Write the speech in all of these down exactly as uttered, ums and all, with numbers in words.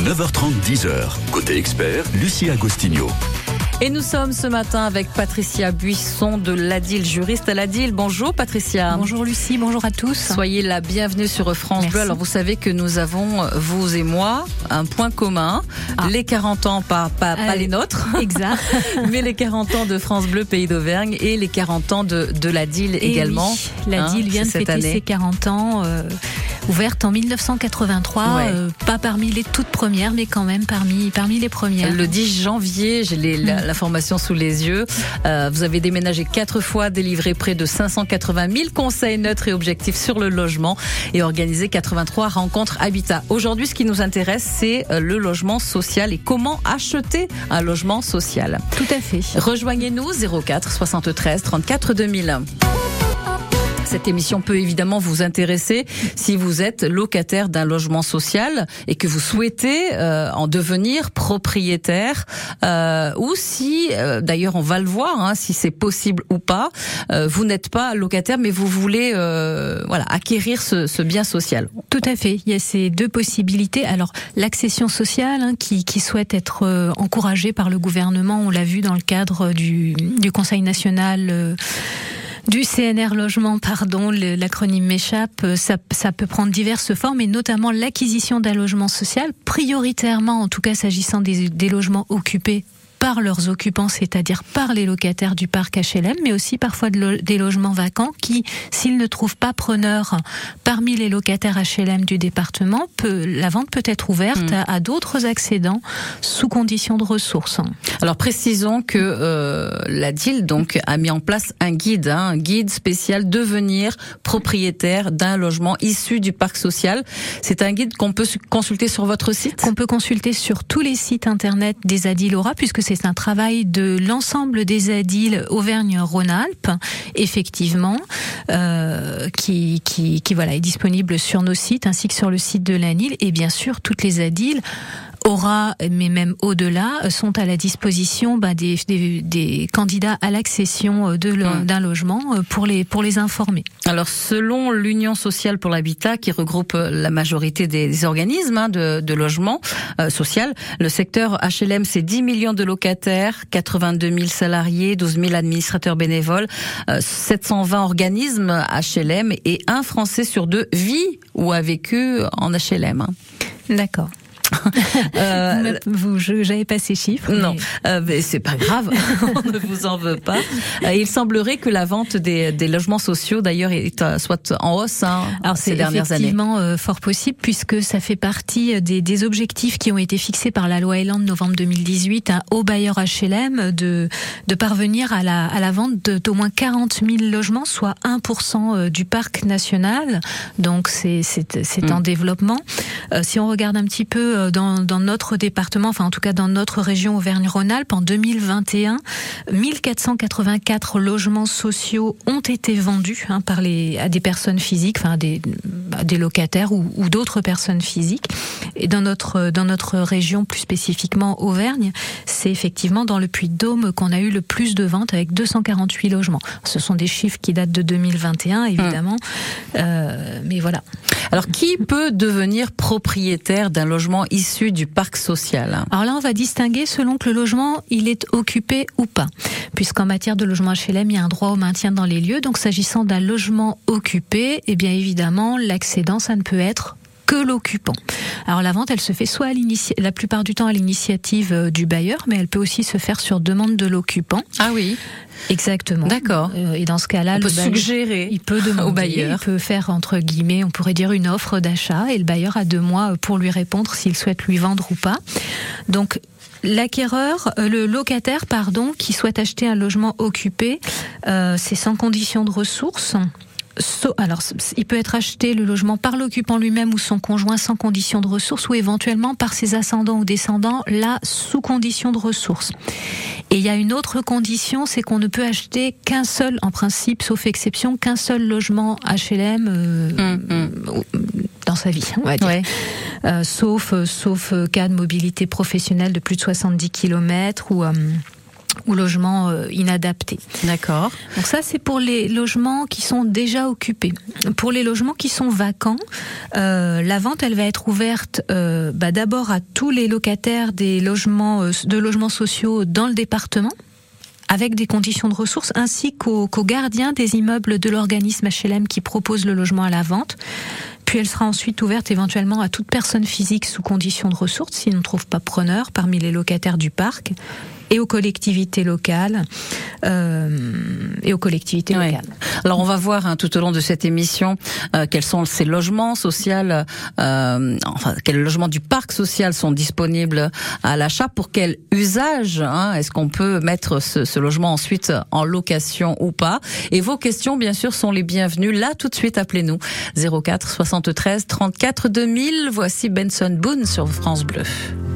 neuf heures trente, dix heures. Côté expert, Lucie Agostinho. Et nous sommes ce matin avec Patricia Buisson de l'A D I L, juriste à l'A D I L. Bonjour Patricia. Bonjour Lucie, bonjour à tous. Soyez la bienvenue sur France Merci. Bleu. Alors vous savez que nous avons, vous et moi, un point commun. Ah. Les quarante ans, pas, pas, pas euh, les nôtres. Exact. Mais les quarante ans de France Bleu Pays d'Auvergne et les quarante ans de, de l'A D I L et également. Oui, l'A D I L hein, vient de fêter année. ses quarante ans. Euh, ouverte en mille neuf cent quatre-vingt-trois, ouais. euh, pas parmi les toutes premières, mais quand même parmi, parmi les premières. Le dix janvier, j'ai les, la, l'information sous les yeux. Euh, vous avez déménagé quatre fois, délivré près de cinq cent quatre-vingt mille conseils neutres et objectifs sur le logement et organisé quatre-vingt-trois rencontres habitat. Aujourd'hui, ce qui nous intéresse, c'est le logement social et comment acheter un logement social. Tout à fait. Rejoignez-nous zéro quatre soixante-treize trente-quatre deux mille. Cette émission peut évidemment vous intéresser si vous êtes locataire d'un logement social et que vous souhaitez euh, en devenir propriétaire euh, ou si, euh, d'ailleurs on va le voir, hein, si c'est possible ou pas, euh, vous n'êtes pas locataire mais vous voulez euh, voilà acquérir ce, ce bien social. Tout à fait, il y a ces deux possibilités. Alors l'accession sociale hein, qui, qui souhaite être euh, encouragée par le gouvernement, on l'a vu dans le cadre du, du Conseil national euh, du C N R Logement, pardon, le, l'acronyme m'échappe, ça, ça peut prendre diverses formes, et notamment l'acquisition d'un logement social, prioritairement, en tout cas s'agissant des, des logements occupés par leurs occupants, c'est-à-dire par les locataires du parc H L M, mais aussi parfois de lo- des logements vacants qui, s'ils ne trouvent pas preneur parmi les locataires H L M du département, peut, la vente peut être ouverte mmh. à, à d'autres accédants sous condition de ressources. Alors précisons que euh, l'A D I L donc a mis en place un guide, hein, un guide spécial devenir propriétaire d'un logement issu du parc social. C'est un guide qu'on peut consulter sur votre site ? Qu'on peut consulter sur tous les sites internet des A D I L Aura, puisque c'est C'est un travail de l'ensemble des A D I L Auvergne-Rhône-Alpes, effectivement, euh, qui, qui, qui voilà, est disponible sur nos sites ainsi que sur le site de l'A N I L. Et bien sûr, toutes les A D I L Aura, mais même au-delà, sont à la disposition bah, des, des, des candidats à l'accession de le, mmh. d'un logement pour les, pour les informer. Alors, selon l'Union sociale pour l'habitat, qui regroupe la majorité des, des organismes hein, de, de logement euh, social, le secteur H L M, c'est dix millions de locataires, quatre-vingt-deux mille salariés, douze mille administrateurs bénévoles, euh, sept cent vingt organismes H L M et un Français sur deux vit ou a vécu en H L M. Hein. D'accord. euh, vous, je, j'avais pas ces chiffres. Non, mais... Euh, mais c'est pas grave, on ne vous en veut pas. Euh, il semblerait que la vente des, des logements sociaux, d'ailleurs, est, euh, soit en hausse hein, Alors, ces dernières années. C'est effectivement euh, fort possible, puisque ça fait partie des, des objectifs qui ont été fixés par la loi Elan de novembre deux mille dix-huit hein, aux bailleurs H L M de, de parvenir à la, à la vente de, d'au moins quarante mille logements, soit un pour cent du parc national. Donc, c'est, c'est, c'est mmh. en développement. Euh, si on regarde un petit peu Dans, dans notre département, enfin en tout cas dans notre région Auvergne-Rhône-Alpes, en deux mille vingt et un, mille quatre cent quatre-vingt-quatre logements sociaux ont été vendus hein, par les, à des personnes physiques, enfin des, à des locataires ou, ou d'autres personnes physiques. Et dans notre, dans notre région, plus spécifiquement Auvergne, c'est effectivement dans le Puy-de-Dôme qu'on a eu le plus de ventes avec deux cent quarante-huit logements. Ce sont des chiffres qui datent de deux mille vingt et un, évidemment. Mmh. Euh, mais voilà. Alors, qui peut devenir propriétaire d'un logement issu du parc social ? Alors là, on va distinguer selon que le logement, il est occupé ou pas. Puisqu'en matière de logement H L M, il y a un droit au maintien dans les lieux. Donc, s'agissant d'un logement occupé, eh bien, évidemment, l'accédant, ça ne peut être que l'occupant. Alors la vente, elle se fait soit à l'initia- la plupart du temps à l'initiative euh, du bailleur, mais elle peut aussi se faire sur demande de l'occupant. Ah oui. Exactement. D'accord. Euh, et dans ce cas-là, on le peut bailleur, suggérer il peut demander, au bailleur. Il peut faire entre guillemets, on pourrait dire une offre d'achat, et le bailleur a deux mois pour lui répondre s'il souhaite lui vendre ou pas. Donc l'acquéreur, le locataire, pardon, qui souhaite acheter un logement occupé, euh, c'est sans condition de ressources. So, alors, il peut être acheté le logement par l'occupant lui-même ou son conjoint sans condition de ressources, ou éventuellement par ses ascendants ou descendants, là sous condition de ressources. Et il y a une autre condition, c'est qu'on ne peut acheter qu'un seul, en principe, sauf exception, qu'un seul logement H L M euh, mmh, mmh. dans sa vie, on va dire. Ouais. Euh, sauf, sauf cas de mobilité professionnelle de plus de soixante-dix kilomètres ou... Euh, ou logements euh, inadaptés. D'accord. Donc ça, c'est pour les logements qui sont déjà occupés. Pour les logements qui sont vacants, euh, la vente, elle va être ouverte euh, bah, d'abord à tous les locataires des logements, euh, de logements sociaux dans le département, avec des conditions de ressources, ainsi qu'aux, qu'aux gardiens des immeubles de l'organisme H L M qui propose le logement à la vente. Puis elle sera ensuite ouverte éventuellement à toute personne physique sous conditions de ressources, s'ils ne trouvent pas preneur parmi les locataires du parc, et aux collectivités locales. Euh, et aux collectivités ouais. locales. Alors on va voir hein, tout au long de cette émission euh, quels sont ces logements sociaux, euh, enfin quels logements du parc social sont disponibles à l'achat, pour quel usage, hein, est-ce qu'on peut mettre ce, ce logement ensuite en location ou pas. Et vos questions bien sûr sont les bienvenues. Là tout de suite, appelez-nous zéro quatre soixante-treize trente-quatre deux mille. Voici Benson Boone sur France Bleu.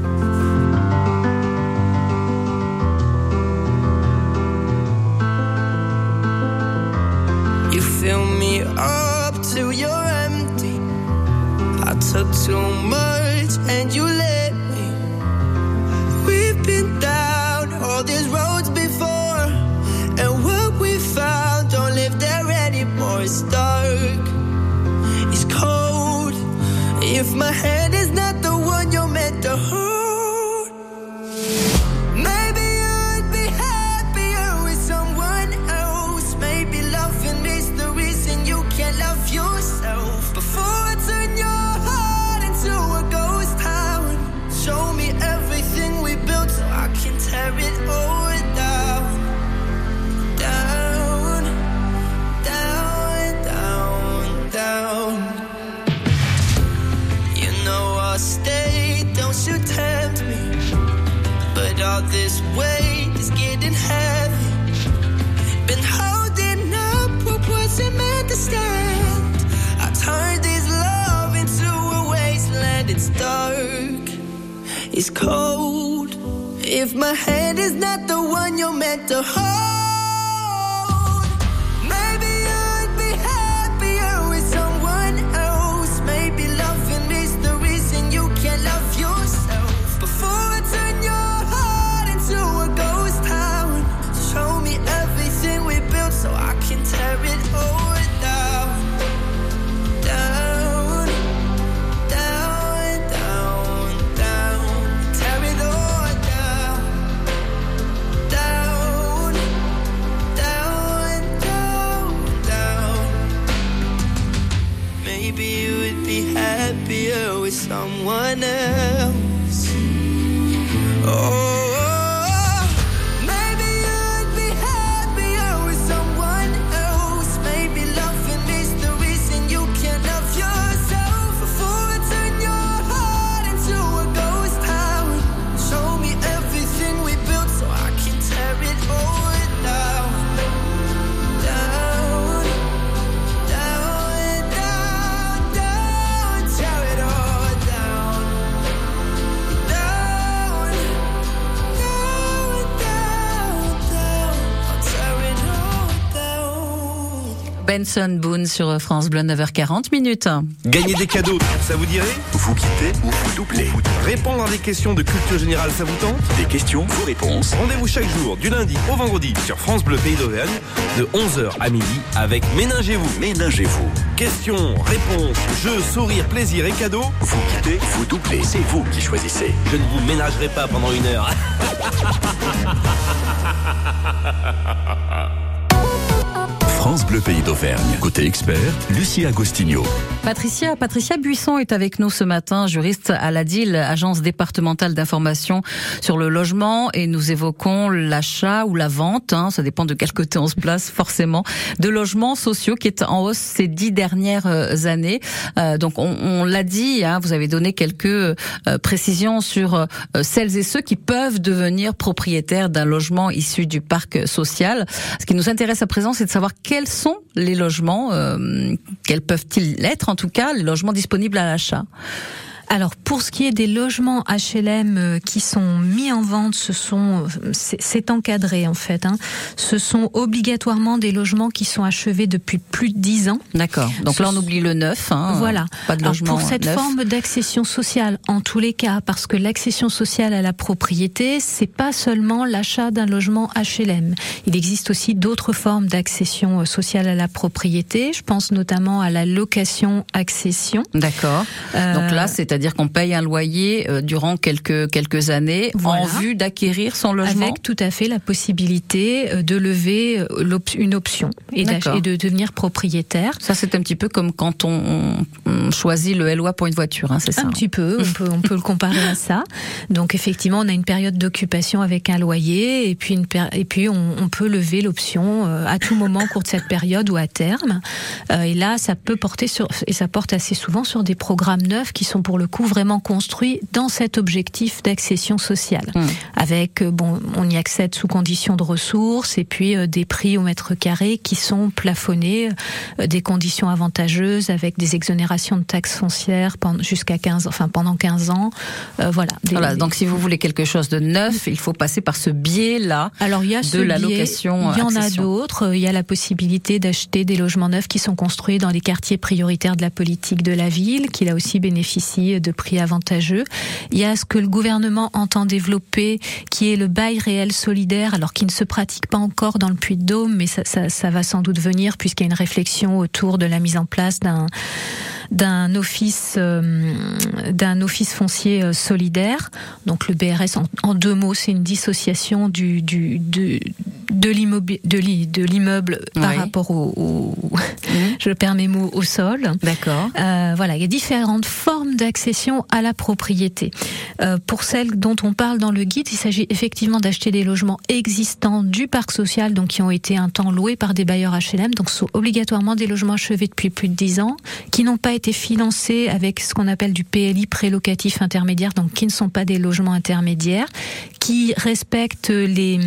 You fill me up till you're empty. I took too much and you let me. We've been down all these roads before, and what we found don't live there anymore. It's dark, it's cold. If my hand is not the one you're meant to hold, maybe I'd be happier with someone else. Maybe loving is the reason you can't love yourself. Before I turn your heart into a ghost town, show me everything we built so I can tear it all down. Down, down, down, down. You know I'll stay, don't you tempt me, but all this weight is getting heavy. Been holding up what wasn't meant to stand. I turned this love into a wasteland. It's dark, it's cold. If my hand is not the one you're meant to hold, maybe I'd be happier with someone else. Maybe loving is the reason you can't love yourself. Before I turn your heart into a ghost town, show me everything we built so I can tear it all down. Down, down, down, down. Tear it all down. Down, down, down, down. Maybe you would be happier with someone else. Oh. Benson Boone sur France Bleu, neuf heures quarante minutes. Gagner des cadeaux, ça vous dirait? Vous quittez ou vous doublez? Répondre à des questions de culture générale, ça vous tente? Des questions, vos réponses. Rendez-vous chaque jour, du lundi au vendredi, sur France Bleu Pays d'Auvergne, de onze heures à midi, avec Ménagez-vous. Ménagez-vous. Questions, réponses, jeux, sourires, plaisir et cadeaux. Vous quittez, vous doublez. C'est vous qui choisissez. Je ne vous ménagerai pas pendant une heure. France Bleu Pays d'Auvergne. Côté expert, Lucie Agostinho. Patricia, Patricia Buisson est avec nous ce matin, juriste à l'A D I L, agence départementale d'information sur le logement, et nous évoquons l'achat ou la vente, hein, ça dépend de quel côté on se place forcément, de logements sociaux qui est en hausse ces dix dernières années. Euh, donc on, on l'a dit, hein, vous avez donné quelques euh, précisions sur euh, celles et ceux qui peuvent devenir propriétaires d'un logement issu du parc social. Ce qui nous intéresse à présent, c'est de savoir quels sont les logements, euh, quels peuvent-ils être en tout cas, les logements disponibles à l'achat. Alors pour ce qui est des logements H L M qui sont mis en vente, ce sont c'est, c'est encadré en fait. Hein. Ce sont obligatoirement des logements qui sont achevés depuis plus de dix ans. D'accord. Donc ce là on oublie le neuf. Hein, voilà. Pas de logement Alors pour cette neuf. forme d'accession sociale, en tous les cas, parce que l'accession sociale à la propriété, c'est pas seulement l'achat d'un logement H L M. Il existe aussi d'autres formes d'accession sociale à la propriété. Je pense notamment à la location-accession. D'accord. Euh, Donc là, c'est-à-dire qu'on paye un loyer euh, durant quelques quelques années voilà. en vue d'acquérir son logement. Avec tout à fait la possibilité de lever une option et, et de devenir propriétaire. Ça, c'est un petit peu comme quand on, on choisit le L O A pour une voiture, hein, c'est ça? Un petit peu, on peut, on peut le comparer à ça. Donc effectivement, on a une période d'occupation avec un loyer et puis, une per- et puis on, on peut lever l'option euh, à tout moment au cours de cette période ou à terme. Euh, et là, ça peut porter sur, et ça porte assez souvent sur des programmes neufs qui sont pour le coup vraiment construits dans cet objectif d'accession sociale. Mmh. Avec, bon, on y accède sous conditions de ressources et puis euh, des prix au mètre carré qui sont plafonnés, euh, des conditions avantageuses avec des exonérations de taxes foncières pendant, jusqu'à quinze, enfin pendant quinze ans. Euh, voilà. Des, voilà. des... Donc si vous voulez quelque chose de neuf, il faut passer par ce biais-là. Alors il y a de la biais, location. Il y en accession. a d'autres. Il y a la possibilité d'acheter des logements neufs qui sont construits dans les quartiers prioritaires de la politique de la ville, qui là aussi bénéficient de prix avantageux. Il y a ce que le gouvernement entend développer, qui est le bail réel solidaire, alors qui ne se pratique pas encore dans le Puy-de-Dôme, mais ça, ça, ça va sans doute venir puisqu'il y a une réflexion autour de la mise en place d'un d'un office euh, d'un office foncier euh, solidaire. Donc le B R S en, en deux mots, c'est une dissociation du du de de l'immeuble de, l'i, de l'immeuble par oui. rapport au, au mmh. je perds mes mots, au sol. D'accord. Euh, voilà, il y a différentes formes d'accession à la propriété. Euh, pour celles dont on parle dans le guide, il s'agit effectivement d'acheter des logements existants du parc social, donc qui ont été un temps loués par des bailleurs H L M, donc sont obligatoirement des logements achevés depuis plus de dix ans, qui n'ont pas été financés avec ce qu'on appelle du P L I, prélocatif intermédiaire, donc qui ne sont pas des logements intermédiaires, qui respectent les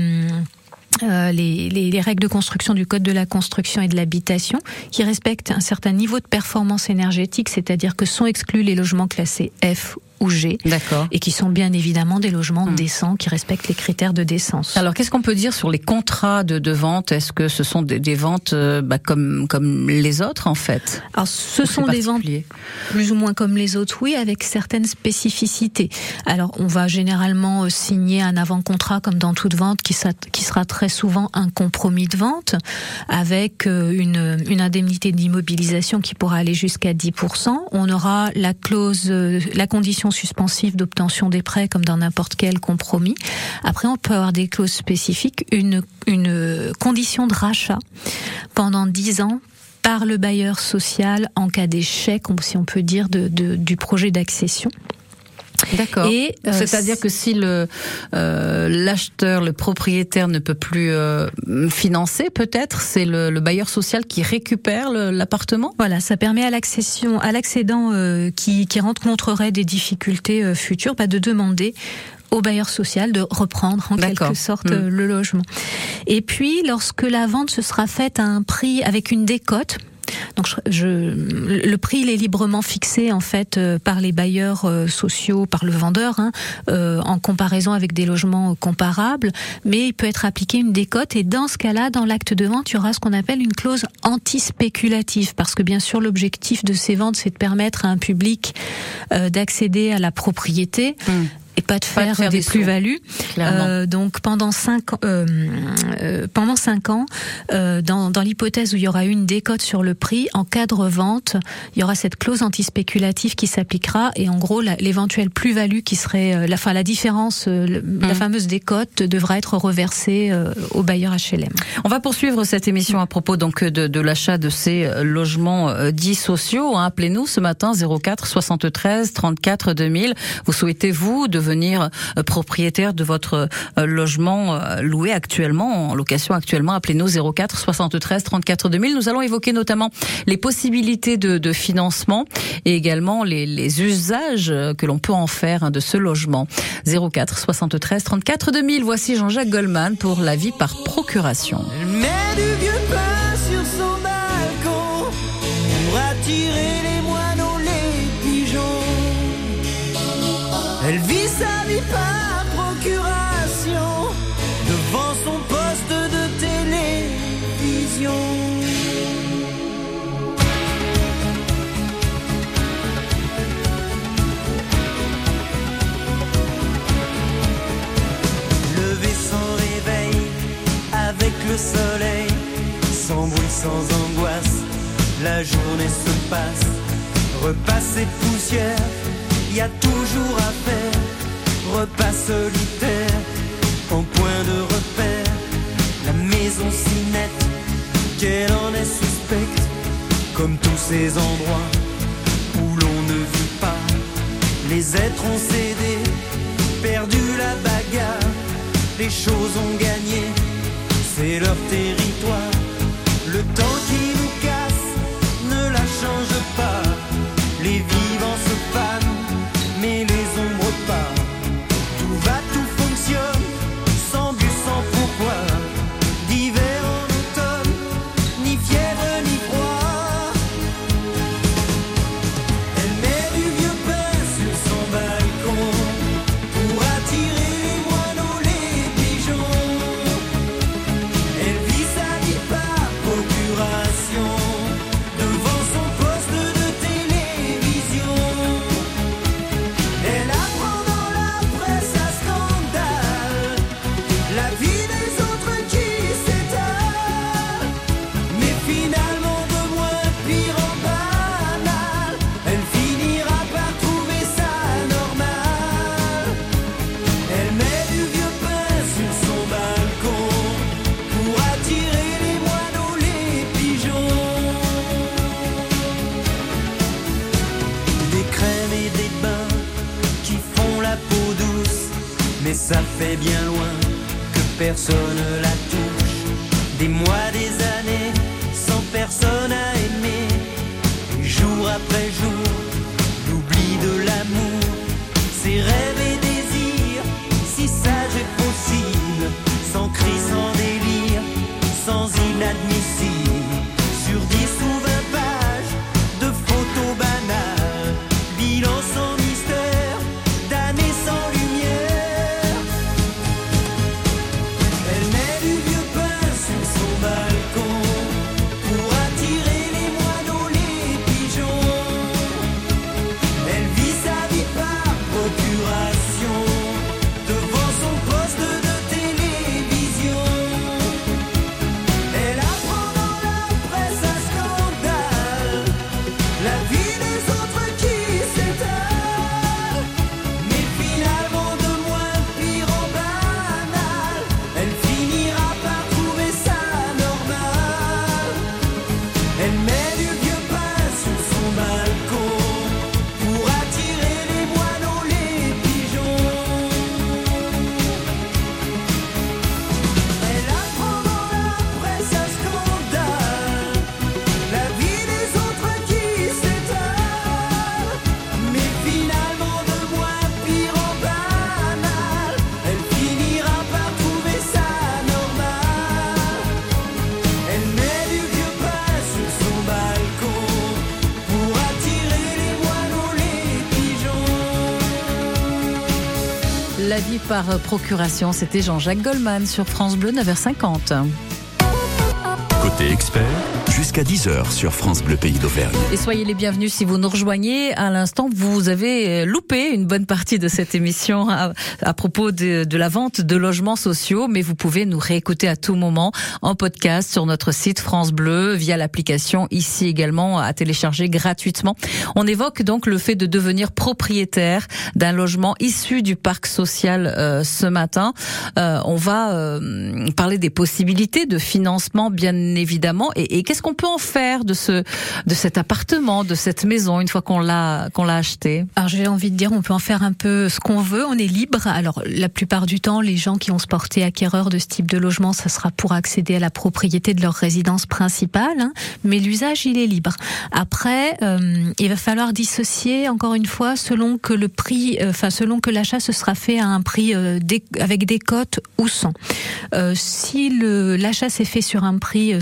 Euh, les, les, les règles de construction du Code de la construction et de l'habitation, qui respectent un certain niveau de performance énergétique, c'est-à-dire que sont exclus les logements classés F ou G, d'accord, et qui sont bien évidemment des logements mmh. décents, qui respectent les critères de décence. Alors, qu'est-ce qu'on peut dire sur les contrats de, de vente? Est-ce que ce sont des, des ventes euh, bah, comme comme les autres en fait? Alors, ce sont des ventes plus ou moins comme les autres, oui, avec certaines spécificités. Alors, on va généralement signer un avant-contrat comme dans toute vente, qui sera, qui sera très souvent un compromis de vente, avec une, une indemnité d'immobilisation qui pourra aller jusqu'à dix pour cent. On aura la clause, la condition suspensive d'obtention des prêts comme dans n'importe quel compromis. Après, on peut avoir des clauses spécifiques, une, une condition de rachat pendant dix ans par le bailleur social en cas d'échec, si on peut dire, de, de, du projet d'accession. D'accord. Et euh, c'est-à-dire que si le euh, l'acheteur, le propriétaire ne peut plus euh, financer, peut-être c'est le, le bailleur social qui récupère le, l'appartement. Voilà, ça permet à l'accession, à l'accédant euh, qui, qui rencontrerait des difficultés euh, futures, bah, de demander au bailleur social de reprendre en D'accord. quelque sorte mmh. le logement. Et puis, lorsque la vente se sera faite à un prix avec une décote. Donc, je, je, le prix il est librement fixé en fait euh, par les bailleurs euh, sociaux, par le vendeur, hein, euh, en comparaison avec des logements comparables. Mais il peut être appliqué une décote et dans ce cas-là, dans l'acte de vente, il y aura ce qu'on appelle une clause anti-spéculative, parce que bien sûr, l'objectif de ces ventes, c'est de permettre à un public euh, d'accéder à la propriété. Mmh. Et pas de faire, pas de faire des, des plus-values. Euh, donc pendant cinq, euh, euh, pendant cinq ans, euh, dans, dans l'hypothèse où il y aura une décote sur le prix, en cas de revente, il y aura cette clause anti-spéculative qui s'appliquera et en gros la, l'éventuelle plus-value qui serait, euh, la, enfin la différence, euh, le, mmh. la fameuse décote devra être reversée euh, au bailleur H L M. On va poursuivre cette émission à propos donc de, de l'achat de ces logements euh, dits sociaux. Hein. Appelez-nous ce matin zéro quatre soixante-treize trente-quatre deux mille. Vous souhaitez vous devenir propriétaire de votre logement loué actuellement, en location actuellement, appelez-nous zéro quatre soixante-treize trente-quatre deux mille. Nous allons évoquer notamment les possibilités de, de financement et également les, les usages que l'on peut en faire de ce logement. zéro quatre soixante-treize trente-quatre deux mille. Voici Jean-Jacques Goldman pour La vie par procuration. Elle met du vieux pain sur son balcon pour attirer les moineaux, les pigeons. Elle vit sa vie par procuration devant son poste de télévision. Lever sans réveil avec le soleil, sans bruit, sans angoisse, la journée se passe. Repas et poussière, y a toujours à faire. Repas solitaire, en point de repère. La maison si nette, qu'elle en est suspecte. Comme tous ces endroits où l'on ne vit pas. Les êtres ont cédé, perdu la bagarre. Les choses ont gagné, c'est leur territoire. Le temps qui nous casse ne la change pas. Les vivants se fanent, mais les ombres pas. Tout va, tout fonctionne, sans but, sans pourquoi. D'hiver en automne, ni fièvre ni froid. Elle met du vieux pain sur son balcon pour attirer les moineaux, les pigeons. Elle vit sa vie par procuration devant son poste de télévision. Elle apprend dans la presse à scandale la vie des autres qui s'étale. Mais finalement de moins pire en banal, elle finira par trouver ça normal. Elle met du vieux pain sur son balcon pour attirer les moineaux, les pigeons. Des crèmes et des bains qui font la peau douce, mais ça fait bien loin que personne la touche. Des mois, des années, sans personne à aimer. Et jour après jour, l'oubli de l'amour, ses rêves et désirs, si sage et possible, sans cri, sans délire, sans inadmissible. Sur dix ou vingt pages de photos banales, bilan sans mystère, d'années sans lumière. Elle met du vieux pain sur son balcon pour attirer les moineaux, les pigeons. Elle vit sa vie par procuration devant son poste de télévision. Elle apprend dans la presse à scandale la vie des autres qui s'étale. Mais finalement de moins pire en banal, elle finira par trouver ça normal. Elle met du vieux pain sur son balcon pour attirer les moineaux, les pigeons. Elle apprend dans la presse à scandale la vie des autres qui s'étale. Mais finalement de moins pire en banal, elle finira par trouver ça normal. Elle met du vieux pain sur son balcon pour attirer les moineaux, les pigeons. La vie par procuration, c'était Jean-Jacques Goldman sur France Bleu, neuf heures cinquante. Côté expert, jusqu'à dix heures sur France Bleu Pays d'Auvergne. Et soyez les bienvenus si vous nous rejoignez. À l'instant, vous avez loupé une bonne partie de cette émission à, à propos de, de la vente de logements sociaux, mais vous pouvez nous réécouter à tout moment en podcast sur notre site France Bleu, via l'application ici également à télécharger gratuitement. On évoque donc le fait de devenir propriétaire d'un logement issu du parc social euh, ce matin. Euh, on va euh, parler des possibilités de financement, bien évidemment, et, et qu'est-ce qu'on peut en faire de ce de cet appartement, de cette maison une fois qu'on l'a qu'on l'a acheté? Alors j'ai envie de dire, on peut en faire un peu ce qu'on veut, on est libre. Alors la plupart du temps, les gens qui vont se porter acquéreurs de ce type de logement, ça sera pour accéder à la propriété de leur résidence principale, hein, mais l'usage il est libre. Après, euh, il va falloir dissocier encore une fois selon que le prix, enfin euh, selon que l'achat se sera fait à un prix euh, dé, avec des cotes ou sans. Euh, si le l'achat s'est fait sur un prix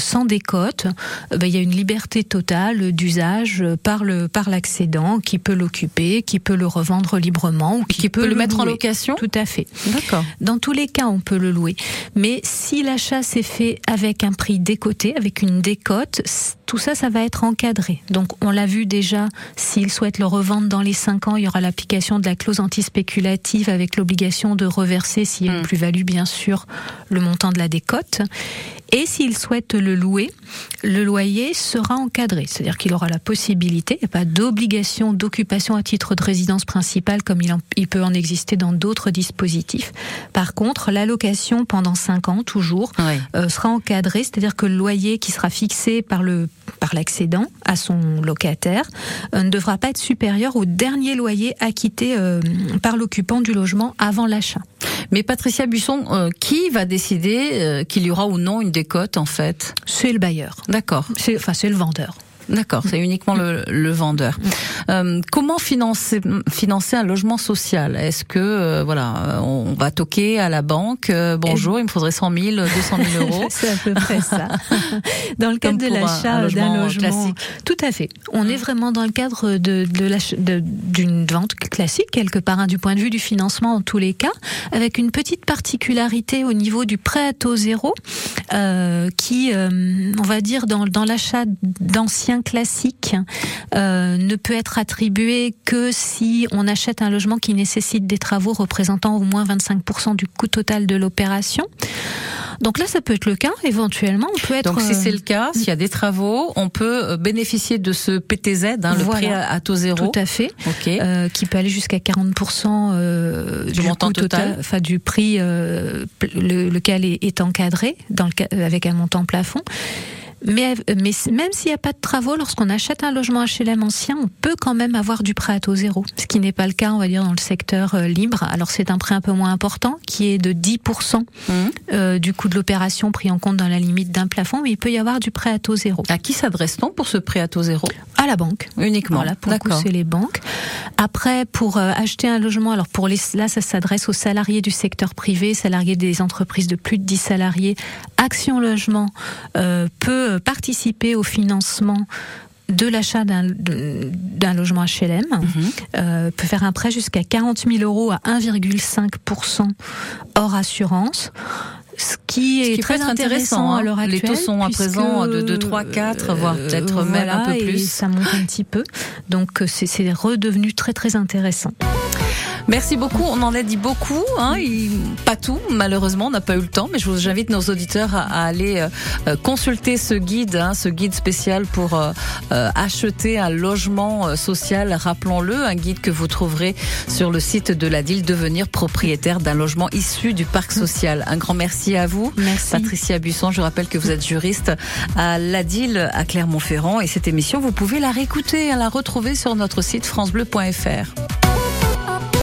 sans décote, ben, il y a une liberté totale d'usage par le par l'accédant qui peut l'occuper, qui peut le revendre librement ou qui, qui peut, peut le, le mettre louer. En location. Tout à fait. D'accord. Dans tous les cas, on peut le louer. Mais si l'achat s'est fait avec un prix décoté, avec une décote, tout ça, ça va être encadré. Donc, on l'a vu déjà, s'il souhaite le revendre dans les cinq ans, il y aura l'application de la clause antispéculative avec l'obligation de reverser, s'il y a une plus-value, bien sûr, le montant de la décote. Et s'il souhaite le louer, le loyer sera encadré. C'est-à-dire qu'il aura la possibilité, il n'y a pas d'obligation d'occupation à titre de résidence principale comme il, en, il peut en exister dans d'autres dispositifs. Par contre, la location pendant cinq ans, toujours, oui. euh, sera encadrée. C'est-à-dire que le loyer qui sera fixé par le par l'accédant à son locataire euh, ne devra pas être supérieur au dernier loyer acquitté euh, par l'occupant du logement avant l'achat. Mais Patricia Buisson, euh, qui va décider euh, qu'il y aura ou non une décote en fait ? C'est le bailleur. D'accord. C'est, enfin, c'est le vendeur. D'accord, c'est uniquement le, le vendeur. Euh, comment financer financer un logement social ? Est-ce que euh, voilà, on va toquer à la banque euh, bonjour, il me faudrait cent mille, deux cent mille euros. C'est à peu près ça. Dans le cadre de l'achat un, un logement d'un logement classique. Tout à fait. On mmh. est vraiment dans le cadre de, de, l'achat, de d'une vente classique quelque part, hein, du point de vue du financement en tous les cas, avec une petite particularité au niveau du prêt à taux zéro, euh, qui, euh, on va dire, dans dans l'achat d'anciens classique euh, ne peut être attribué que si on achète un logement qui nécessite des travaux représentant au moins vingt-cinq pour cent du coût total de l'opération. Donc là, ça peut être le cas, éventuellement. On peut être. Donc si c'est le cas, s'il y a des travaux, on peut bénéficier de ce P T Z, hein, le voilà. prêt à taux zéro. Tout à fait. Okay. Euh, qui peut aller jusqu'à quarante pour cent euh, du, du montant total, enfin du prix, euh, le, lequel est, est encadré dans le, avec un montant plafond. Mais, mais même s'il n'y a pas de travaux, lorsqu'on achète un logement H L M ancien, on peut quand même avoir du prêt à taux zéro. Ce qui n'est pas le cas, on va dire, dans le secteur euh, libre. Alors c'est un prêt un peu moins important, qui est de dix pour cent mmh. euh, du coût de l'opération pris en compte dans la limite d'un plafond, mais il peut y avoir du prêt à taux zéro. À qui s'adresse-t-on pour ce prêt à taux zéro ? À la banque. Uniquement. Voilà, pour D'accord. le coup, c'est les banques. Après, pour euh, acheter un logement, alors pour les, là, ça s'adresse aux salariés du secteur privé, salariés des entreprises de plus de dix salariés. Action Logement euh, peut participer au financement de l'achat d'un, d'un logement H L M, mmh. euh, peut faire un prêt jusqu'à quarante mille euros à un virgule cinq pour cent hors assurance. Ce qui est Ce qui très intéressant, intéressant hein. à l'heure actuelle. Les taux sont à présent de, de trois, quatre, voire peut-être euh, même voilà, un peu plus. Et ça monte un petit peu. Donc c'est, c'est redevenu très très intéressant. Merci beaucoup, on en a dit beaucoup, hein, il, pas tout, malheureusement, on n'a pas eu le temps, mais je vous j'invite nos auditeurs à, à aller euh, consulter ce guide, hein, ce guide spécial pour euh, euh, acheter un logement social, rappelons-le, un guide que vous trouverez sur le site de l'A D I L, devenir propriétaire d'un logement issu du parc social. Un grand merci à vous, merci. Patricia Buisson, je rappelle que vous êtes juriste à l'A D I L à Clermont-Ferrand, et cette émission, vous pouvez la réécouter, la retrouver sur notre site francebleu point f r.